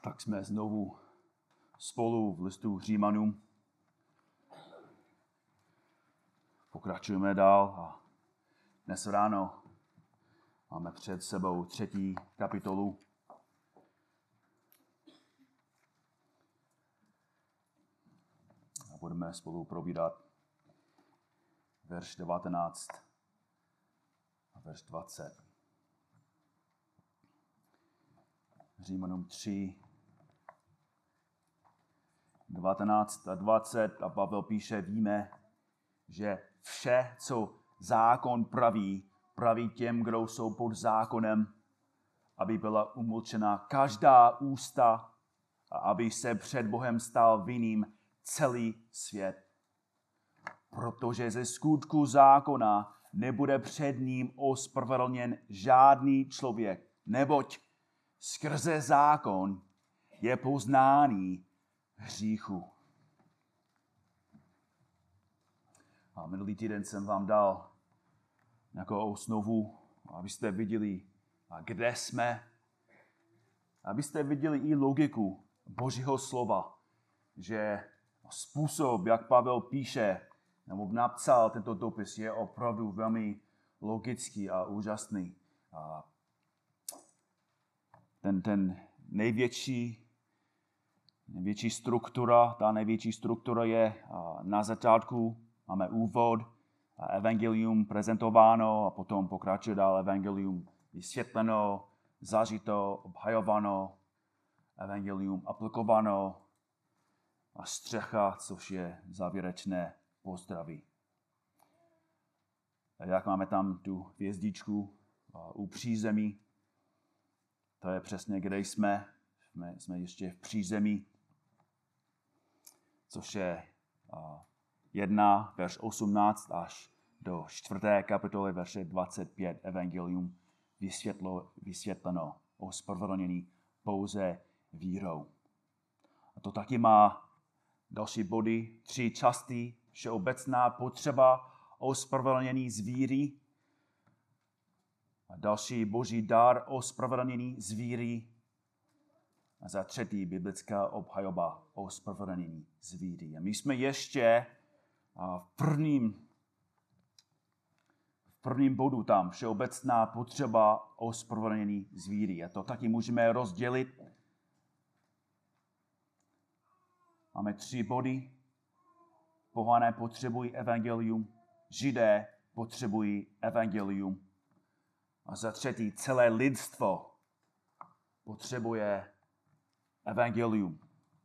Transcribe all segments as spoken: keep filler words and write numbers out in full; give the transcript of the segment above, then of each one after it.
Tak jsme znovu spolu v listu Římanům. Pokračujeme dál a dnes ráno máme před sebou třetí kapitolu. A budeme spolu probírat verš devatenáct a verš dvacet. Římanům tři, devatenáct a dvacet a Pavel píše, víme, že vše, co zákon praví, praví těm, kdo jsou pod zákonem, aby byla umlčena každá ústa a aby se před Bohem stal vinným celý svět. Protože ze skutku zákona nebude před ním ospravedlněn žádný člověk, neboť skrze zákon je poznání hříchu. A minulý týden jsem vám dal nějakou osnovu, abyste viděli, kde jsme, abyste viděli i logiku Božího slova, že způsob, jak Pavel píše, nebo napsal tento dopis, je opravdu velmi logický a úžasný. A ten, ten největší, největší struktura, ta největší struktura je na začátku, máme úvod, a evangelium prezentováno a potom pokračuje dál evangelium vysvětleno, zažito, obhajováno, evangelium aplikováno a střecha, což je závěrečné pozdraví. A jak máme tam tu hvězdičku u přízemí, to je přesně, kde jsme. Jsme, jsme ještě v přízemí, což je jedna, verš osmnáct až do čtvrté kapitoly, verše dvacet pět, evangelium vysvětlo, vysvětleno, ospravedlnění pouze vírou. A to taky má další body, tři části, všeobecná potřeba ospravedlnění z víry, a další boží dar ospravedlnění z víry, a za třetí biblická obhajoba ospravedlnění z víry. A my jsme ještě v prvním, v prvním bodu tam, všeobecná potřeba ospravedlnění z víry. A to taky můžeme rozdělit. Máme tři body. Pohané potřebují evangelium, Židé potřebují evangelium. A za třetí celé lidstvo potřebuje evangelium.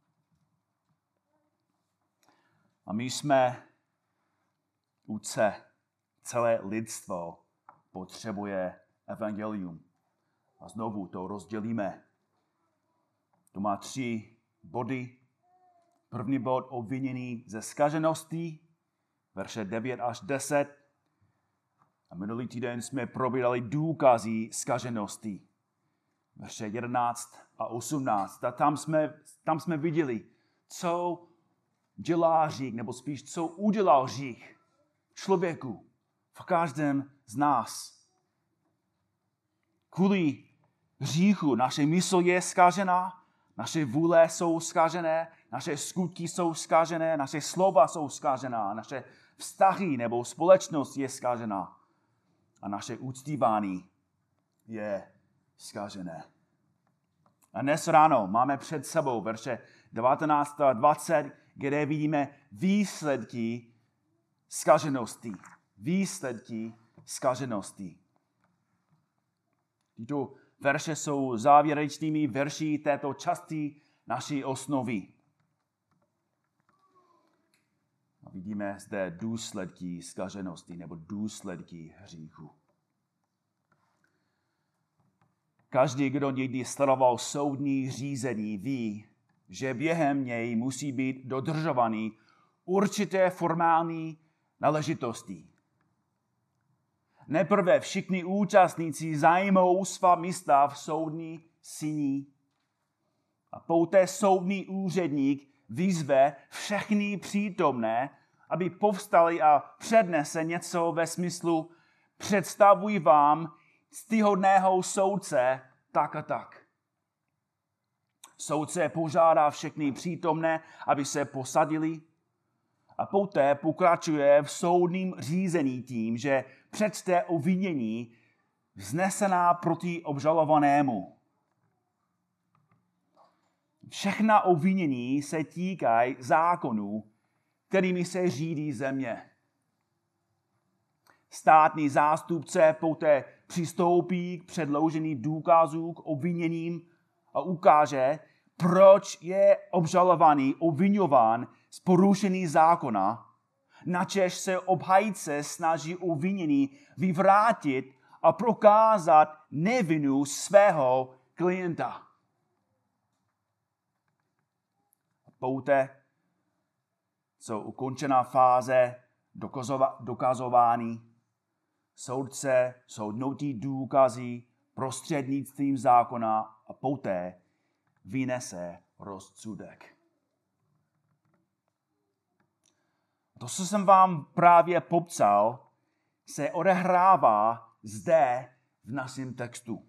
A my jsme u C. Celé lidstvo potřebuje evangelium. A znovu to rozdělíme. To má tři body. První bod obvinění ze zkažeností, verše devět až deset. A minulý týden jsme probírali důkazy zkaženosti, verše jedenáct a osmnáct. A tam jsme, tam jsme viděli, co dělá hřích, nebo spíš, co udělal hřích člověku, v každém z nás. Kvůli hříchu naše mysl je zkažená, naše vůle jsou zkažené, naše skutky jsou zkažené, naše slova jsou zkažená, naše vztahy nebo společnost je zkažená a naše uctívání je zkažené. A dnes ráno máme před sebou verše devatenáct a dvacet, kde vidíme výsledky zkaženosti. Výsledky zkaženosti. Tyto verše jsou závěrečnými verši této části naší osnovy. A vidíme zde důsledky zkaženosti nebo důsledky hříchu. Každý, kdo někdy sledoval soudní řízení, ví, že během něj musí být dodržovaný určité formální náležitosti. Nejprve všichni účastníci zajmou svá místa v soudní síni a poté soudní úředník vyzve všechny přítomné, aby povstali a přednese něco ve smyslu představuji vám ctihodného soudce tak a tak. Soudce požádá všechny přítomné, aby se posadili, a poté pokračuje v soudním řízení tím, že přečte obvinění vznesená proti obžalovanému. Všechna obvinění se týkají zákonů, kterými se řídí země. Státní zástupce poté přistoupí k předložení důkazů k obviněním a ukáže, proč je obžalovaný obviňován z porušení zákona, načež se obhájce snaží obvinění vyvrátit a prokázat nevinu svého klienta. Poté, co ukončená fáze dokazova- dokazování, soudce soudnotí důkazy prostřednictvím zákona a poté vynese rozsudek. To, co jsem vám právě popsal, se odehrává zde v našem textu.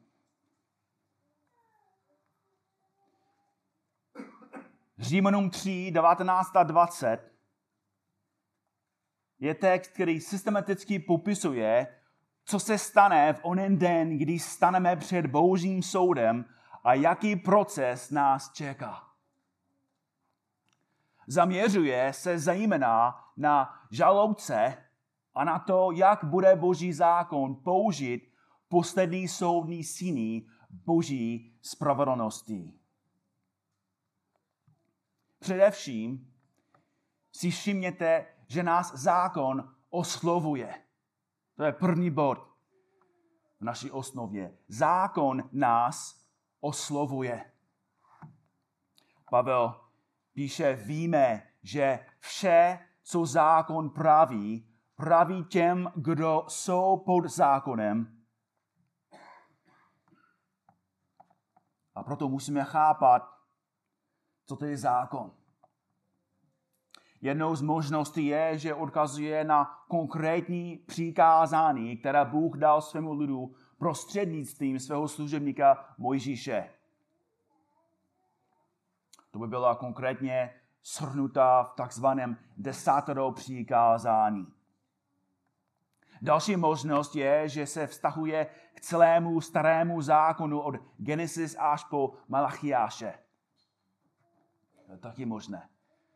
Římanům tři, devatenáct a dvacet je text, který systematicky popisuje, co se stane v onen den, kdy staneme před Božím soudem a jaký proces nás čeká. Zaměřuje se zejména na žalobce a na to, jak bude Boží zákon použit poslední soudní síny Boží spravedlnosti. Především si všimněte, že nás zákon oslovuje. To je první bod v naší osnově. Zákon nás oslovuje. Pavel píše, víme, že vše, co zákon praví, praví těm, kdo jsou pod zákonem. A proto musíme chápat, co to je zákon. Jednou z možností je, že odkazuje na konkrétní přikázání, které Bůh dal svému lidu prostřednictvím svého služebníka Mojžíše. To by byla konkrétně shrnutá v takzvaném desátero přikázání. Další možnost je, že se vztahuje k celému starému zákonu od Genesis až po Malachiáše. To je taky možné.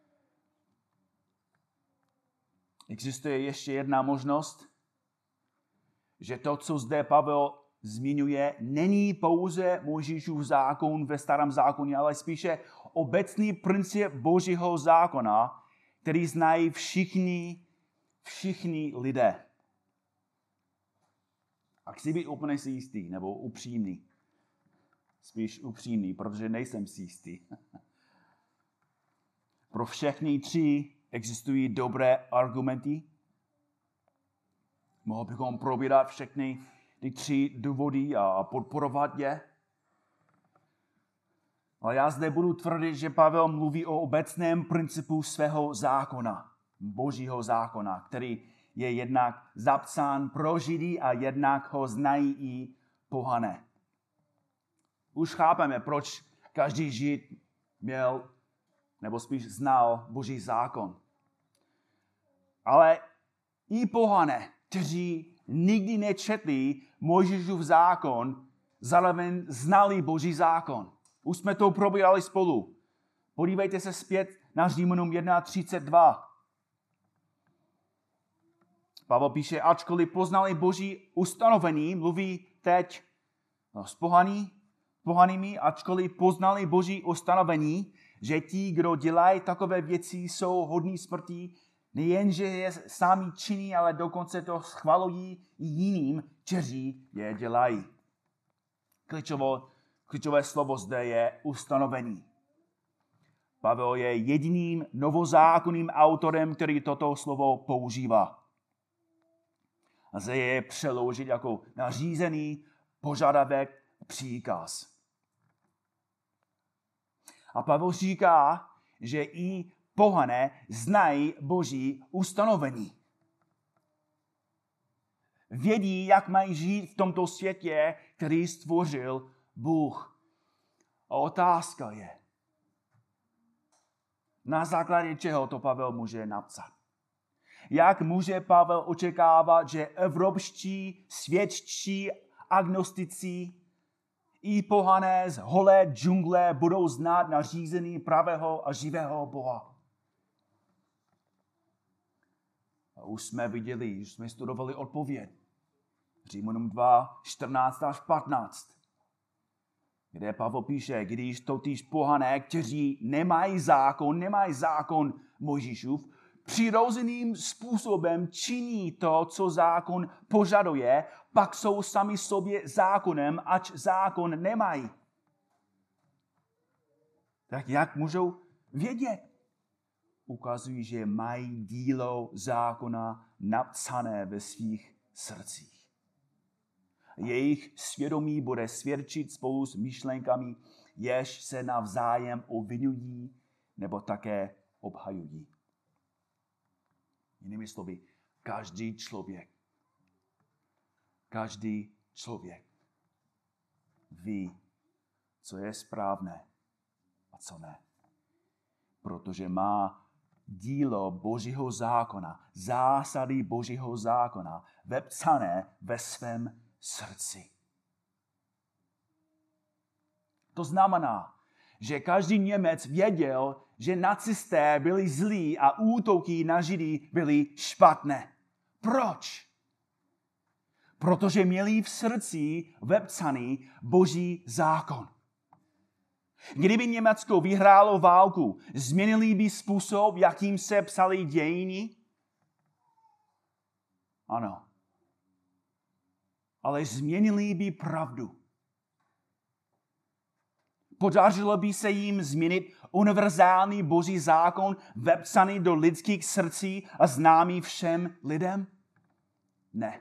Existuje ještě jedna možnost, že to, co zde Pavel zmiňuje, není pouze Mojžíšův zákon ve starém zákoně, ale spíše obecný princip Božího zákona, který znají všichni, všichni lidé. A chci být úplně si jistý, nebo upřímný. Spíš upřímný, protože nejsem si jistý. Pro všechny tři existují dobré argumenty. Mohli bychom probírat všechny ty tři důvody a podporovat je. Ale já zde budu tvrdit, že Pavel mluví o obecném principu svého zákona, Božího zákona, který je jednak zapsán pro Židy a jednak ho znají i pohané. Už chápeme, proč každý Žid měl, nebo spíš znal Boží zákon. Ale i pohané, kteří nikdy nečetli Mojžíšův zákon, zároveň znali Boží zákon. Už jsme to probírali spolu. Podívejte se zpět na Římanům jedna třicet dva. Pavel píše, ačkoliv poznali Boží ustanovení, mluví teď no, s pohaní, pohanými, ačkoliv poznali Boží ustanovení, že ti, kdo dělají takové věci, jsou hodní smrti, nejenže je sami činí, ale dokonce to schvalují i jiným, kteří je dělají. Klíčové, klíčové slovo zde je ustanovení. Pavel je jediným novozákonným autorem, který toto slovo používá. Lze je přeložit jako nařízený požadavek, příkaz. A Pavel říká, že i pohané znají Boží ustanovení. Vědí, jak mají žít v tomto světě, který stvořil Bůh. A otázka je, Na základě čeho to Pavel může napsat? Jak může Pavel očekávat, že evropští, světští, agnostici i pohané z holé džungle budou znát nařízení pravého a živého Boha? A už jsme viděli, už jsme studovali odpověď. Římanům dva, čtrnáct až patnáct. Kde Pavel píše, když totiž pohané, kteří nemají zákon, nemají zákon Mojžíšův, přirozeným způsobem činí to, co zákon požaduje, pak jsou sami sobě zákonem, ač zákon nemají. Tak jak můžou vědět? Ukazují, že mají dílo zákona napsané ve svých srdcích. Jejich svědomí bude svědčit spolu s myšlenkami, jež se navzájem obvinují nebo také obhajují. Jinými slovy, každý člověk, každý člověk ví, co je správné a co ne. Protože má dílo Božího zákona, zásady Božího zákona vepsané ve svém srdci. To znamená, že každý Němec věděl, že nacisté byli zlí a útoky na Židy byly špatné. Proč? Protože měli v srdci vepsaný Boží zákon. Kdyby Německo vyhrálo válku, změnili by způsob, jakým se psaly dějiny? Ano. Ale změnili by pravdu. Podařilo by se jim změnit univerzální Boží zákon vepsaný do lidských srdcí a známý všem lidem? Ne.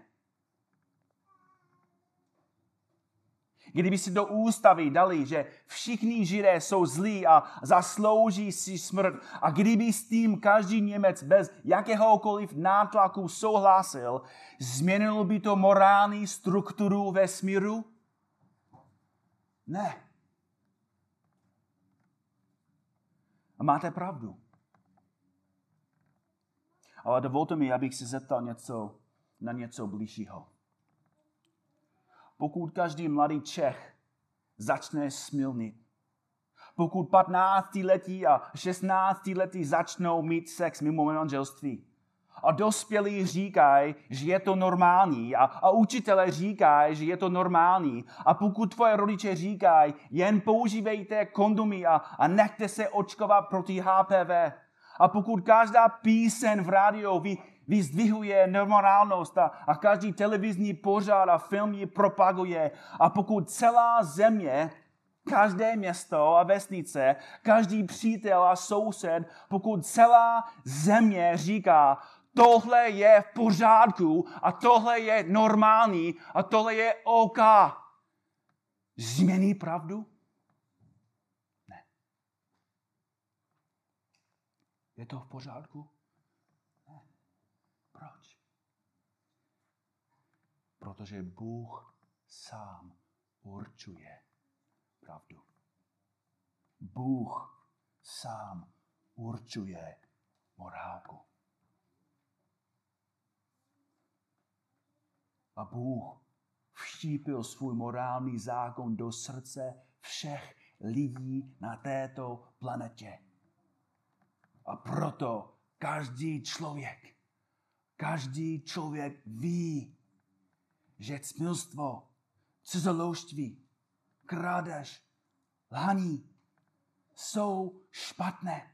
Kdyby si do ústavy dali, že všichni Židé jsou zlí a zaslouží si smrt, a kdyby s tím každý Němec bez jakéhokoliv nátlaku souhlasil, změnilo by to morální strukturu vesmíru? Ne. A máte pravdu. Ale dovolte mi, abych se zeptal něco, na něco blížšího. Pokud každý mladý Čech začne smilnit, pokud patnáctiletí a šestnáctiletí začnou mít sex mimo manželství a dospělí říkají, že je to normální a, a učitelé říkají, že je to normální a pokud tvoje rodiče říkají, jen používejte kondomy a, a nechte se očkovat proti H P V a pokud každá píseň v rádiu vy, vyzdvihuje normálnost a, a každý televizní pořad a film ji propaguje a pokud celá země, každé město a vesnice, každý přítel a soused, pokud celá země říká, tohle je v pořádku a tohle je normální a tohle je OK, změní pravdu? Ne. Je to v pořádku? Ne. Proč? Protože Bůh sám určuje pravdu. Bůh sám určuje morálku. A Bůh vštípil svůj morální zákon do srdce všech lidí na této planetě. A proto každý člověk, každý člověk ví, že cmilstvo, cizoložství, krádež, lhaní jsou špatné.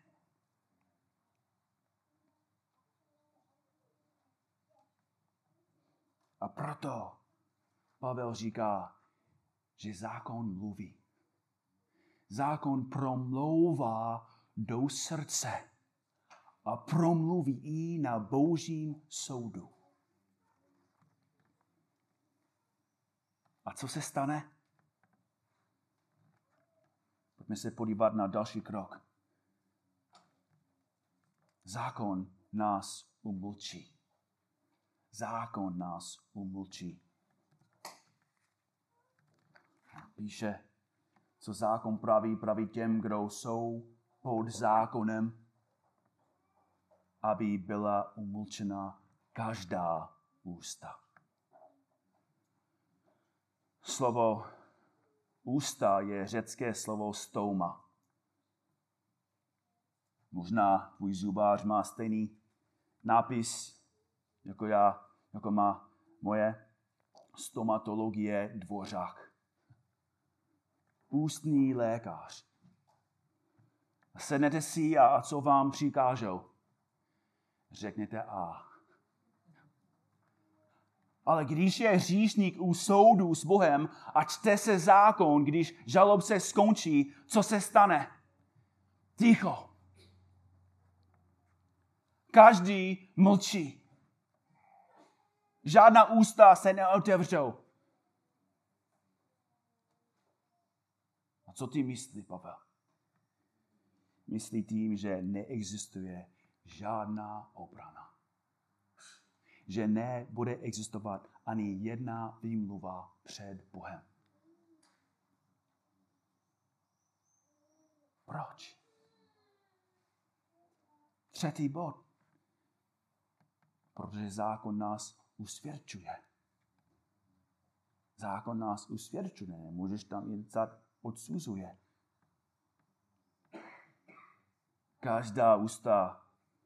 A proto Pavel říká, že zákon mluví. Zákon promlouvá do srdce a promluví i na Božím soudu. A co se stane? Pojďme se podívat na další krok. Zákon nás umlčí. Zákon nás umlčí. Píše, co zákon praví, praví těm, kdo jsou pod zákonem, aby byla umlčena každá ústa. Slovo ústa je řecké slovo stoma. Možná tvůj zubář má stejný nápis, jako já, jako má moje stomatologie Dvořák. Ústní lékař. Sednete si a co vám přikážou? Řekněte a. Ale když je hříšník u soudu s Bohem a čte se zákon, když žalobce skončí, co se stane? Ticho. Každý mlčí. Žádná ústa se neotevřou. A co ty myslí, Pavel? Myslí tím, že neexistuje žádná obrana. Že nebude existovat ani jedna výmluva před Bohem. Proč? Třetí bod. Protože zákon nás usvědčuje. Zákon nás usvědčuje. Můžeš tam jen psát odsuzuje. Každá ústa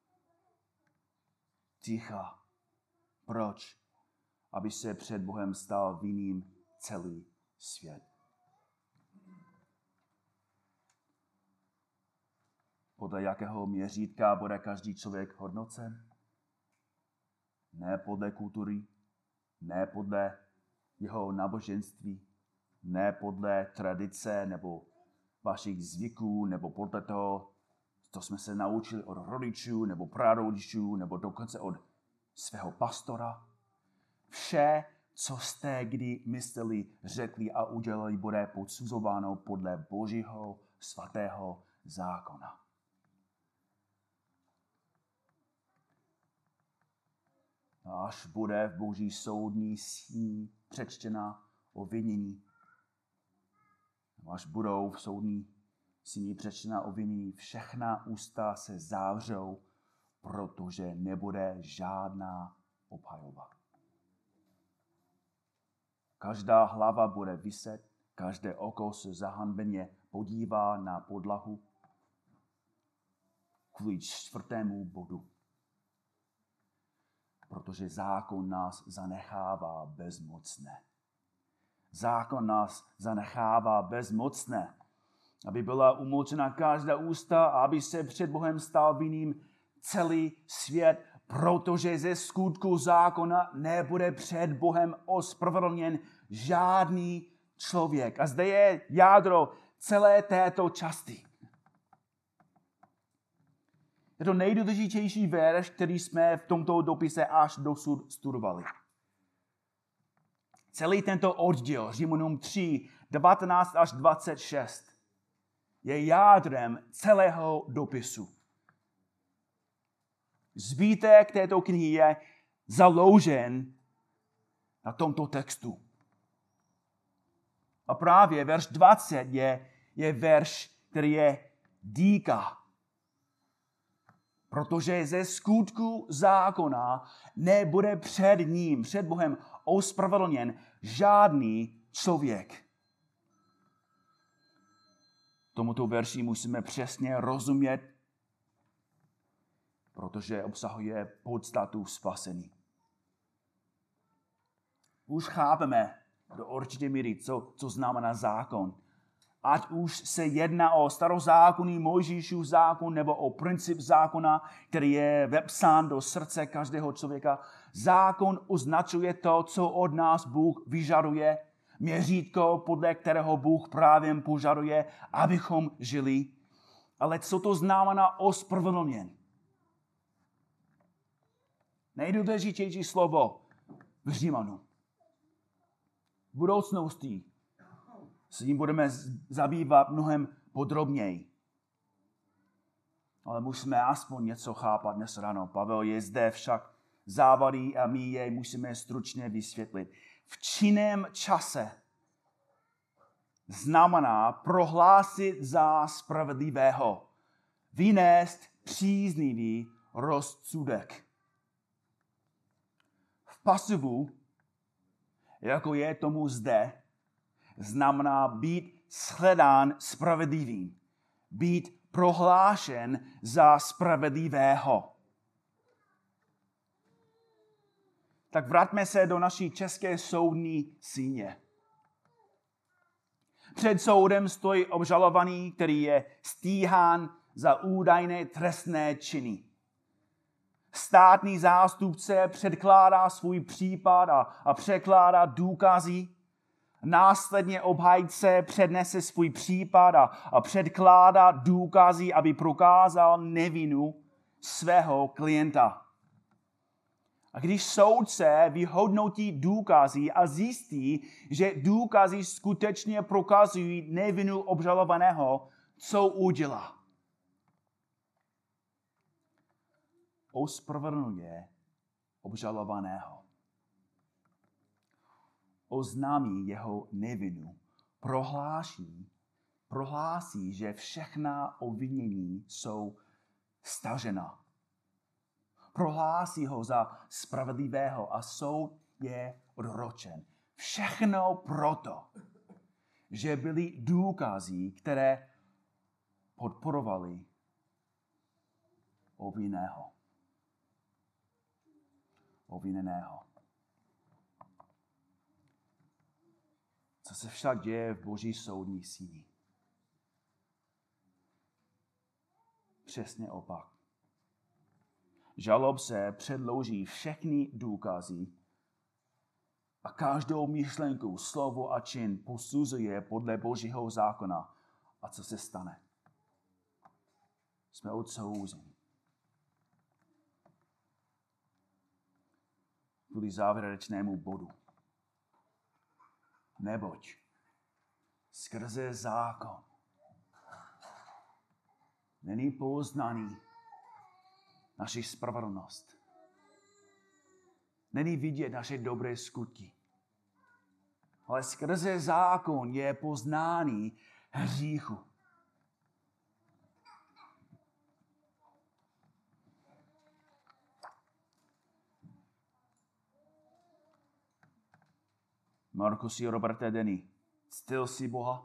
ticha. Proč? Aby se před Bohem stal vinným celý svět. Podle jakého měřítka bude každý člověk hodnocen? Ne podle kultury, ne podle jeho náboženství, ne podle tradice nebo vašich zvyků, nebo podle toho, co jsme se naučili od rodičů, nebo prarodičů, nebo dokonce od svého pastora. Vše, co jste kdy mysleli, řekli a udělali, bude podsuzováno podle Božího svatého zákona. Až bude v Boží soudní síni přečtena obvinění, až budou v soudní síni přečtena obvinění, všechna ústa se zavřou, protože nebude žádná obhajoba. Každá hlava bude viset, každé oko se zahanbeně podívá na podlahu. Kvůli čtvrtému bodu. Protože zákon nás zanechává bezmocné. Zákon nás zanechává bezmocné, aby byla umlčena každá ústa a aby se před Bohem stal vinným celý svět, protože ze skutku zákona nebude před Bohem ospravedlněn žádný člověk. A zde je jádro celé této části. Je to nejdůležitější verš, který jsme v tomto dopise až dosud studovali. Celý tento oddíl, Římanům tři, devatenáct až dvacet šest, je jádrem celého dopisu. Zbytek této knihy je založen na tomto textu. A právě verš dvacet je, je verš, který je díka. Protože ze skutku zákona nebude před ním, před Bohem ospravedlněn žádný člověk. Tomuto verši musíme přesně rozumět, protože obsahuje podstatu spasení. Už chápeme do určité míry, co, co znamená zákon. Ať už se jedná o starozákonný Mojžíšův zákon nebo o princip zákona, který je vepsán do srdce každého člověka. Zákon označuje to, co od nás Bůh vyžaduje, měřítko, podle kterého Bůh právě požaduje, abychom žili. Ale co to znamená ospravedlněn? Nejdůležitější slovo v Římanu. V budoucnosti se tím budeme zabývat mnohem podrobněji. Ale musíme aspoň něco chápat dnes ráno. Pavel je zde však závady a my jej musíme stručně vysvětlit. V činném čase znamená prohlásit za spravedlivého, vynést příznivý rozsudek. V pasivu, jako je tomu zde, znamená být shledán spravedlivým, být prohlášen za spravedlivého. Tak vraťme se do naší české soudní síně. Před soudem stojí obžalovaný, který je stíhán za údajné trestné činy. Státní zástupce předkládá svůj případ a, a překládá důkazy. Následně obhájce přednese svůj případ a, a předkládá důkazy, aby prokázal nevinu svého klienta. A když soudce vyhodnotí důkazy a zjistí, že důkazy skutečně prokazují nevinu obžalovaného, co udělá? Ospravedlňuje obžalovaného. Oznámí jeho nevinu. Prohlásí, prohlásí, že všechna obvinění jsou stažena. Prohlásí ho za spravedlivého a soud je odročen. Všechno proto, že byly důkazy, které podporovaly obviněného. Obviněného. Co se však děje v Boží soudní síni? Přesně opak. Žalobce předloží všechny důkazy a každou myšlenku, slovo a čin posuzuje podle Božího zákona. A co se stane? Jsme odsouzeni. Kvůli závěrečnému bodu. Neboť skrze zákon není poznaný naši spravedlnost. Není vidět naše dobré skutky. Ale skrze zákon je poznání hříchu. Markusi, Roberte, Denny, ctil si Boha?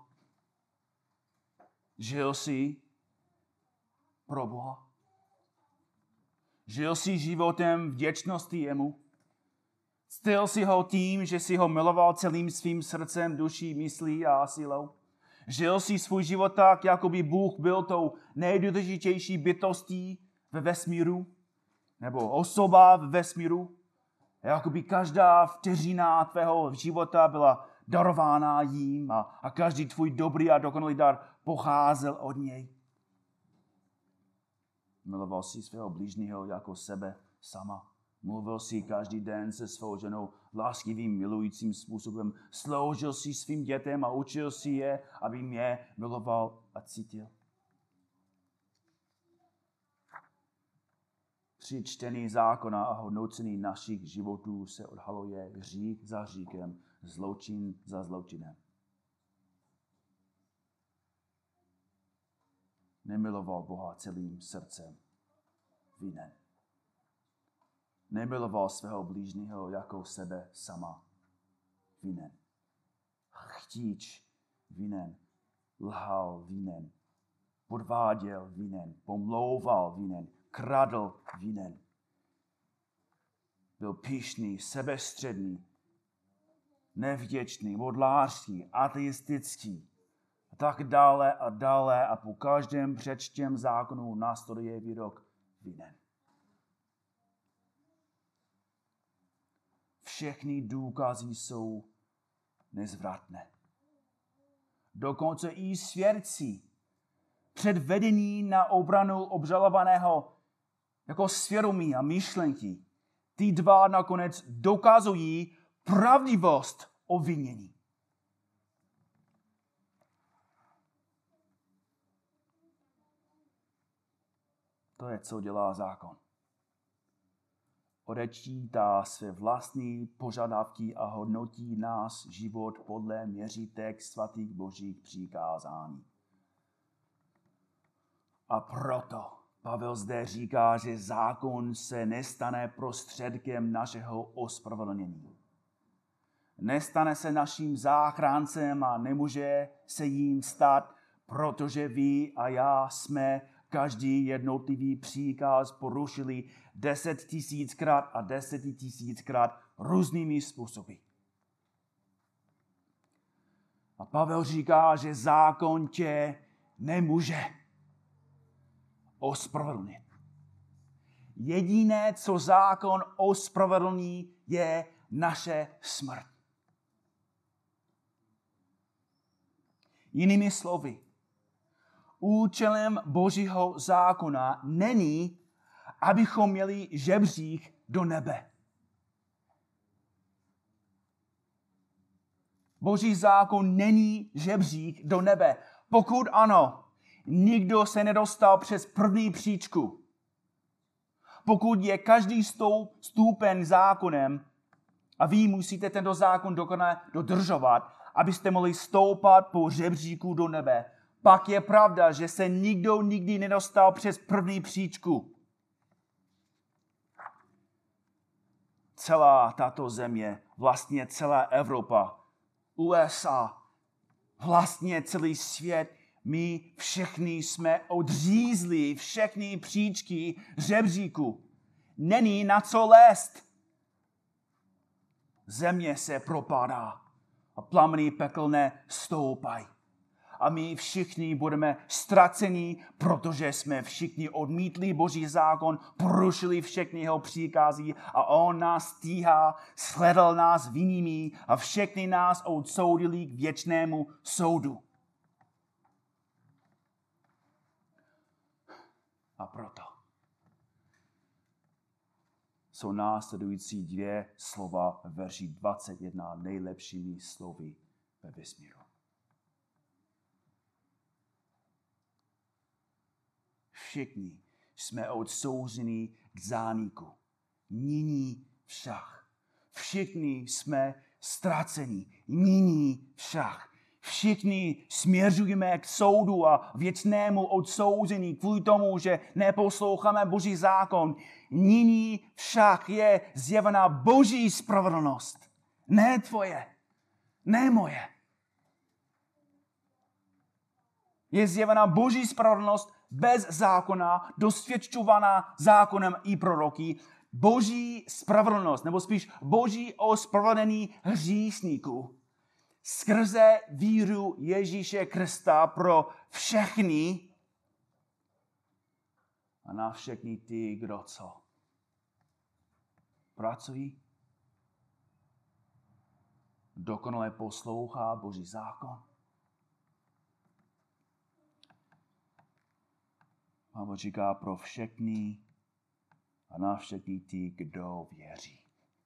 Žil si pro Boha? Žil si životem vděčnosti jemu? Ctil si ho tím, že si ho miloval celým svým srdcem, duší, myslí a silou? Žil si svůj život tak, jako by Bůh byl tou nejdůležitější bytostí ve vesmíru? Nebo osoba ve vesmíru? Jako by každá vteřina tvého života byla darována jím a, a každý tvůj dobrý a dokonalý dar pocházel od něj. Miloval si svého blížního jako sebe sama. Mluvil si každý den se svou ženou láskivým, milujícím způsobem. Sloužil si svým dětem a učil si je, aby mě miloval a cítil. Při čtení zákona a hodnocení našich životů se odhaluje hřích za hříchem, zločin za zločinem. Nemiloval Boha celým srdcem, vinen. Nemiloval svého blížního jako sebe sama, vinen. Chtíč, vinen. Lhal, vinen. Podváděl, vinen. Pomlouval, vinen. Kradl, vinen. Byl pyšný, sebestředný, nevděčný, modlářský, ateistický a tak dále a dále a po každém přečtěm zákonu následuje výrok vinen. Všechny důkazy jsou nezvratné. Dokonce i svědci předvedení na obranu obžalovaného jako svědomí a myšlenky. Ty dva nakonec dokazují pravdivost obvinění. To je, co dělá zákon. Odečítá své vlastní požadavky a hodnotí nás život podle měřítek svatých božích přikázání. A proto Pavel zde říká, že zákon se nestane prostředkem našeho ospravedlnění. Nestane se naším záchráncem a nemůže se jím stát, protože vy a já jsme každý jednotlivý příkaz porušili deset tisíckrát a deset tisíckrát různými způsoby. A Pavel říká, že zákon tě nemůže ospravedlnit. Jediné, co zákon ospravedlní, je naše smrt. Jinými slovy, účelem Božího zákona není, abychom měli žebřík do nebe. Boží zákon není žebřík do nebe. Pokud ano, nikdo se nedostal přes první příčku. Pokud je každý stupeň zákonem a vy musíte tento zákon dokonale dodržovat, abyste mohli stoupat po žebříku do nebe, pak je pravda, že se nikdo nikdy nedostal přes první příčku. Celá tato země, vlastně celá Evropa, U S A, vlastně celý svět, my všichni jsme odřízli všechny příčky žebříku. Není na co lézt. Země se propadá a plameny pekelné stoupají. A my všichni budeme ztraceni, protože jsme všichni odmítli Boží zákon, porušili všechny jeho příkazy a on nás stíhá, shledal nás vinnými a všechny nás odsoudili k věčnému soudu. A proto jsou následující dvě slova ve verši dvacet jedna nejlepšími slovy ve vesmíru. Všichni jsme odsouzeni k zániku. Nyní však. Všichni jsme ztraceni. Nyní však. Všichni směřujeme k soudu a věčnému odsouzení kvůli tomu, že neposloucháme Boží zákon. Nyní však je zjevena Boží spravedlnost. Ne tvoje, ne moje. Je zjevena Boží spravedlnost bez zákona, dosvědčovaná zákonem i proroky. Boží spravedlnost, nebo spíš Boží ospravedlnění hříšníků skrze víru Ježíše Krista pro všechny a na všechny ty, kdo co? Pracují? Dokonale poslouchá Boží zákon? Pavel říká pro všechny a na všechny ty, kdo věří.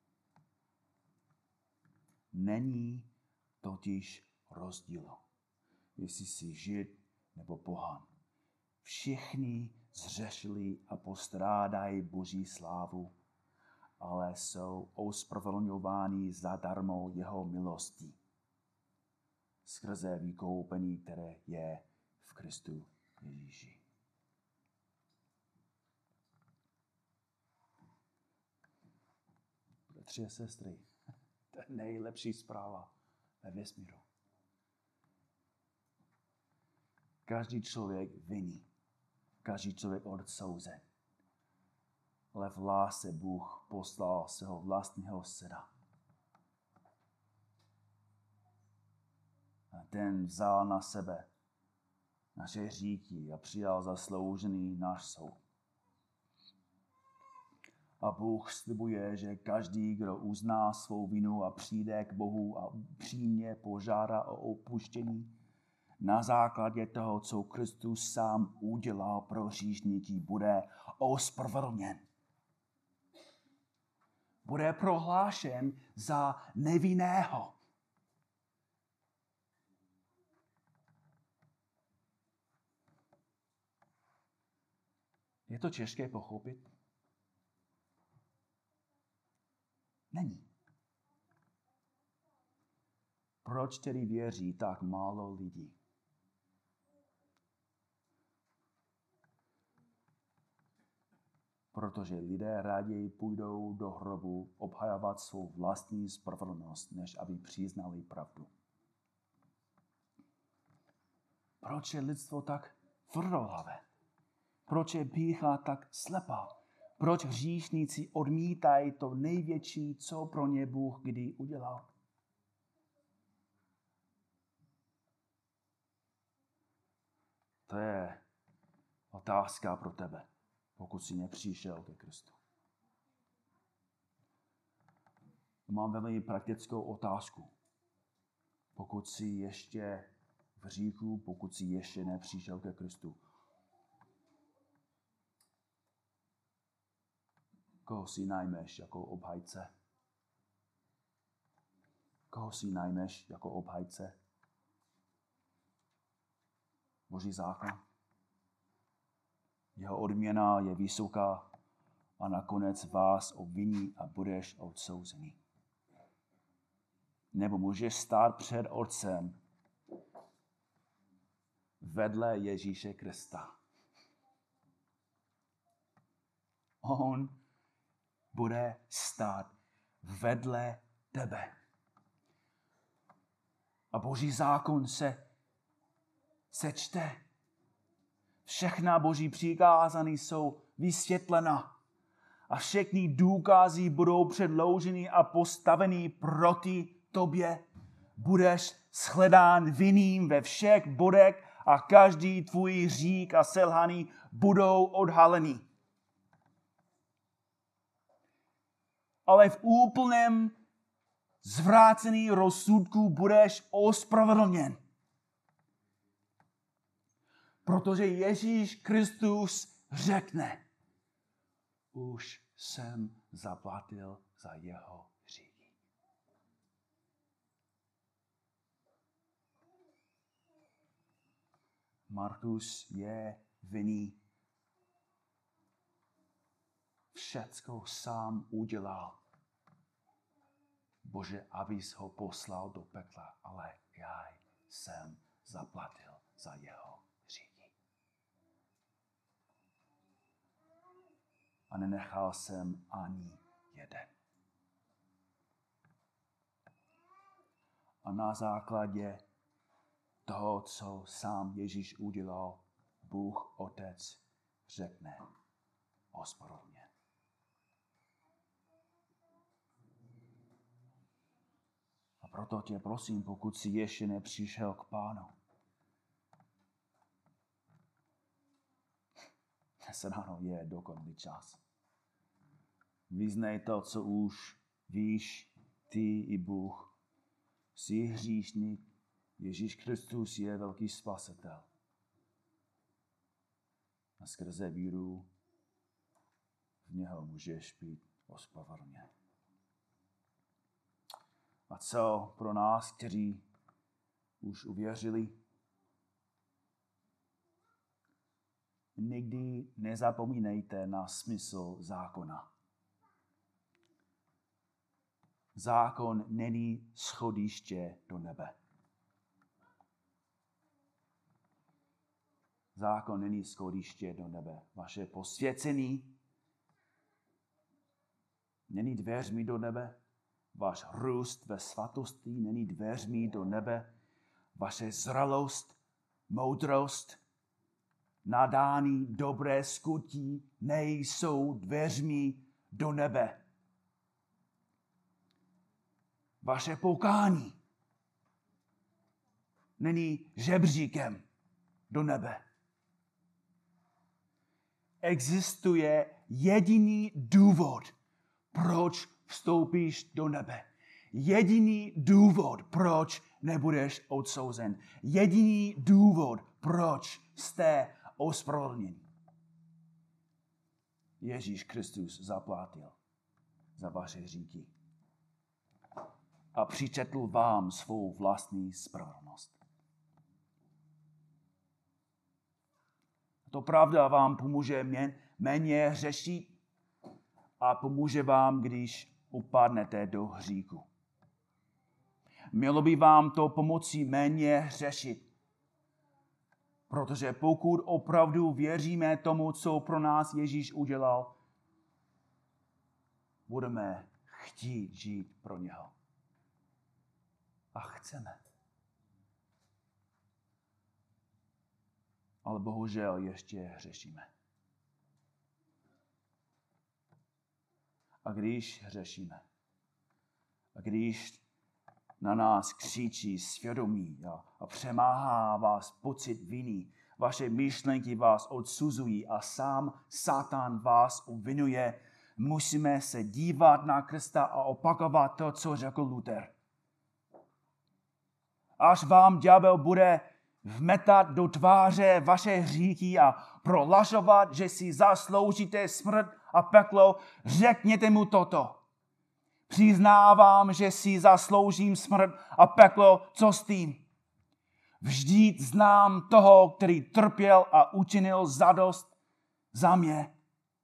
Není totiž rozdílu, jestli jsi Žid nebo pohan. Všichni zřešili a postrádají Boží slávu, ale jsou ospravedlňováni zadarmo jeho milostí skrze vykoupení, které je v Kristu Ježíši. Bratři a sestry, to je nejlepší zpráva ve vesmíru. Každý člověk vinný, každý člověk odsouzen. Ale v lásce Bůh poslal svého vlastního syna. A ten vzal na sebe naše hříchy a přijal zasloužený náš soud. A Bůh slibuje, že každý, kdo uzná svou vinu a přijde k Bohu a upřímně požádá o opuštění, na základě toho, co Kristus sám udělal pro hříšníky, bude ospravedlněn. Bude prohlášen za nevinného. Je to těžké pochopit? Není. Proč tedy věří tak málo lidí? protože lidé raději půjdou do hrobu obhajovat svou vlastní spravedlnost, než aby přiznali pravdu. Proč je lidstvo tak tvrdohlavé? Proč je pýcha tak slepá? Proč hříšníci odmítají to největší, co pro ně Bůh kdy udělal? To je otázka pro tebe, pokud jsi nepřišel ke Kristu. Mám velmi praktickou otázku. Pokud jsi ještě v hříchu, pokud jsi ještě nepřišel ke Kristu, koho si najmeš jako obhajce? Koho si najmeš jako obhajce? Boží zákon. Jeho odměna je vysoká a nakonec vás obviní a budeš odsouzený. Nebo můžeš stát před Otcem vedle Ježíše Krista. On bude stát vedle tebe. A Boží zákon se sečte. Všechna Boží přikázání jsou vysvětlena. A všechny důkazy budou předloženy a postaveny proti tobě. Budeš shledán vinným ve všech bodech a každý tvůj hřích a selhání budou odhaleny. Ale v úplném zvrácený rozsudku budeš ospravedlněn. Protože Ježíš Kristus řekne, už jsem zaplatil za jeho hříchy. Markus je vinný. Všecko sám udělal. Bože, abys ho poslal do pekla, ale já jsem zaplatil za jeho hříchy. A nenechal jsem ani jeden. A na základě toho, co sám Ježíš udělal, Bůh Otec řekne ospravedlně. A proto tě prosím, pokud jsi ještě nepřišel k Pánu, dnes ráno je dokonalý čas. Vyznej to, co už víš, ty i Bůh. Jsi hříšník, Ježíš Kristus je velký spasitel. A skrze víru v něho můžeš být ospravedlněn. A co pro nás, kteří už uvěřili? Nikdy nezapomínejte na smysl zákona. Zákon není schodiště do nebe. Zákon není schodiště do nebe. Vaše posvěcení není dveřmi do nebe. Váš růst ve svatosti není dveřmi do nebe. Vaše zralost, moudrost, nadání dobré skutí nejsou dveřmi do nebe. Vaše pokání není žebříkem do nebe. Existuje jediný důvod, proč vstoupíš do nebe. Jediný důvod, proč nebudeš odsouzen. Jediný důvod, proč jste ospravedlněni. Ježíš Kristus zaplatil za vaše hříchy a přičetl vám svou vlastní spravedlnost. To pravda vám pomůže méně hřešit a pomůže vám, když upadnete do hříchu. Mělo by vám to pomoci méně hřešit. Protože pokud opravdu věříme tomu, co pro nás Ježíš udělal, budeme chtít žít pro něho. A chceme. Ale bohužel ještě hřešíme. A když hřešíme, a když na nás křičí svědomí a, a přemáhá vás pocit viny, vaše myšlenky vás odsuzují a sám Satan vás obvinuje, musíme se dívat na Krista a opakovat to, co řekl Luther. Až vám ďábel bude vmetat do tváře vaše hříchy a prohlašovat, že si zasloužíte smrt a peklo, řekněte mu toto. Přiznávám, že si zasloužím smrt a peklo, co s tím? Vždyť znám toho, který trpěl a učinil zadost za mě.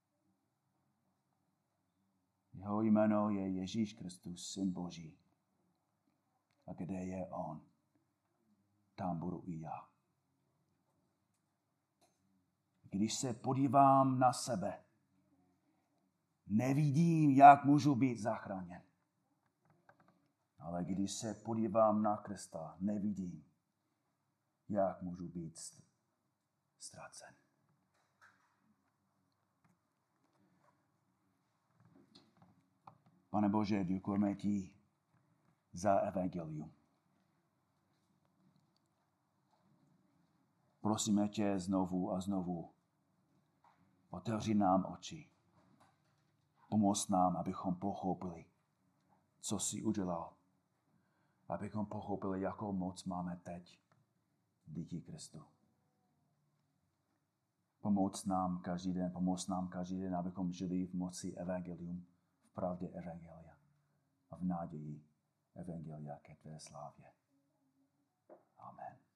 Jeho jméno je Ježíš Kristus, Syn Boží. A kde je on, tam budu i já. Když se podívám na sebe, nevidím, jak můžu být zachráněn. Ale když se podívám na Krista, nevidím, jak můžu být ztracen. Pane Bože, děkujeme ti za evangelium. Prosíme tě znovu a znovu, otevři nám oči. Pomoz nám, abychom pochopili, co jsi udělal. Abychom pochopili, jakou moc máme teď díky Kristu. Pomoz nám každý den, pomoz nám každý den, abychom žili v moci evangelium, v pravdě evangelia a v naději evangelia ke tvé slávě. Amen.